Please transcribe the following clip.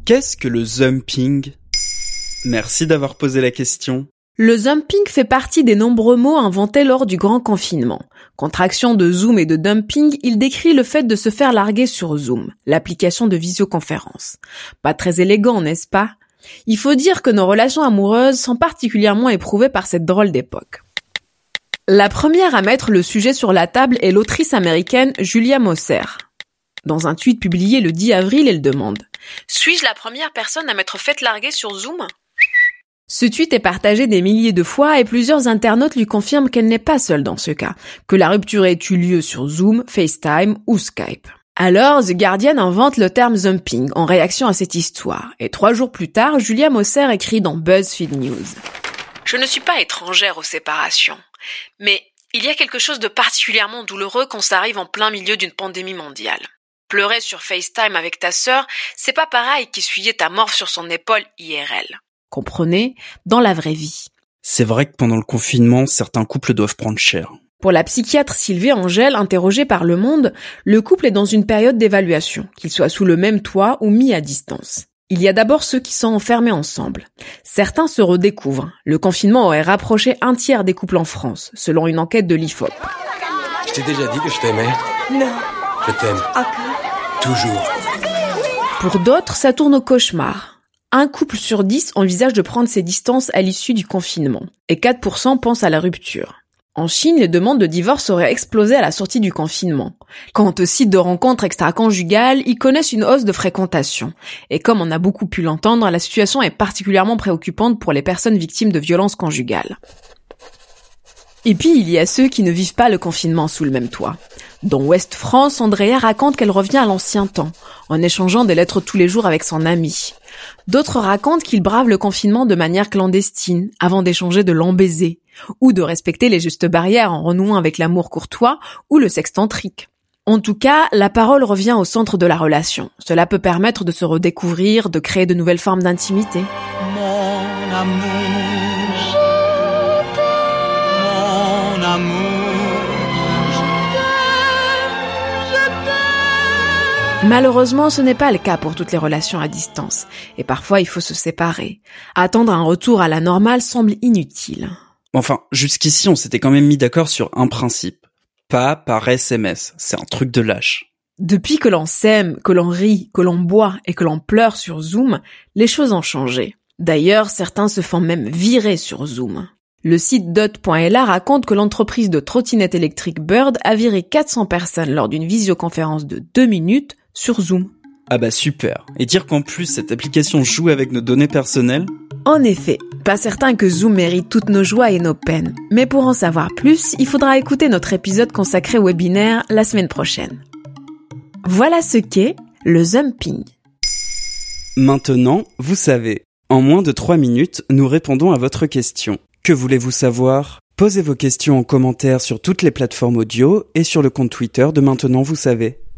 Qu'est-ce que le zumping ? Merci d'avoir posé la question. Le zumping fait partie des nombreux mots inventés lors du grand confinement. Contraction de Zoom et de dumping, il décrit le fait de se faire larguer sur Zoom, l'application de visioconférence. Pas très élégant, n'est-ce pas ? Il faut dire que nos relations amoureuses sont particulièrement éprouvées par cette drôle d'époque. La première à mettre le sujet sur la table est l'autrice américaine Julia Moser. Dans un tweet publié le 10 avril, elle demande « Suis-je la première personne à m'être faite larguer sur Zoom ?» Ce tweet est partagé des milliers de fois et plusieurs internautes lui confirment qu'elle n'est pas seule dans ce cas, que la rupture ait eu lieu sur Zoom, FaceTime ou Skype. Alors, The Guardian invente le terme zumping en réaction à cette histoire. Et 3 jours plus tard, Julia Moser écrit dans BuzzFeed News « Je ne suis pas étrangère aux séparations, mais il y a quelque chose de particulièrement douloureux quand ça arrive en plein milieu d'une pandémie mondiale. Pleurer sur FaceTime avec ta sœur, c'est pas pareil qu'essuyer ta morve sur son épaule IRL. Comprenez, dans la vraie vie. » C'est vrai que pendant le confinement, certains couples doivent prendre cher. Pour la psychiatre Sylvie Angèle, interrogée par Le Monde, le couple est dans une période d'évaluation, qu'il soit sous le même toit ou mis à distance. Il y a d'abord ceux qui sont enfermés ensemble. Certains se redécouvrent. Le confinement aurait rapproché 1/3 des couples en France, selon une enquête de l'IFOP. Je t'ai déjà dit que je t'aimais. Non. Je t'aime. Encore. Toujours. Pour d'autres, ça tourne au cauchemar. 1 couple sur 10 envisage de prendre ses distances à l'issue du confinement, et 4% pensent à la rupture. En Chine, les demandes de divorce auraient explosé à la sortie du confinement. Quant aux sites de rencontres extra-conjugales, ils connaissent une hausse de fréquentation. Et comme on a beaucoup pu l'entendre, la situation est particulièrement préoccupante pour les personnes victimes de violences conjugales. Et puis, il y a ceux qui ne vivent pas le confinement sous le même toit. Dans Ouest France, Andrea raconte qu'elle revient à l'ancien temps, en échangeant des lettres tous les jours avec son ami. D'autres racontent qu'ils bravent le confinement de manière clandestine, avant d'échanger de longs baisers, ou de respecter les justes barrières en renouant avec l'amour courtois ou le sexe tantrique. En tout cas, la parole revient au centre de la relation. Cela peut permettre de se redécouvrir, de créer de nouvelles formes d'intimité. Mon amour, mon amour. Malheureusement, ce n'est pas le cas pour toutes les relations à distance. Et parfois, il faut se séparer. Attendre un retour à la normale semble inutile. Enfin, jusqu'ici, on s'était quand même mis d'accord sur un principe. Pas par SMS. C'est un truc de lâche. Depuis que l'on s'aime, que l'on rit, que l'on boit et que l'on pleure sur Zoom, les choses ont changé. D'ailleurs, certains se font même virer sur Zoom. Le site dot.la raconte que l'entreprise de trottinettes électriques Bird a viré 400 personnes lors d'une visioconférence de 2 minutes sur Zoom. Ah bah super. Et dire qu'en plus cette application joue avec nos données personnelles ? En effet, pas certain que Zoom mérite toutes nos joies et nos peines. Mais pour en savoir plus, il faudra écouter notre épisode consacré au webinaire la semaine prochaine. Voilà ce qu'est le zumping. Maintenant, vous savez. En moins de 3 minutes, nous répondons à votre question. Que voulez-vous savoir ? Posez vos questions en commentaire sur toutes les plateformes audio et sur le compte Twitter de Maintenant, vous savez.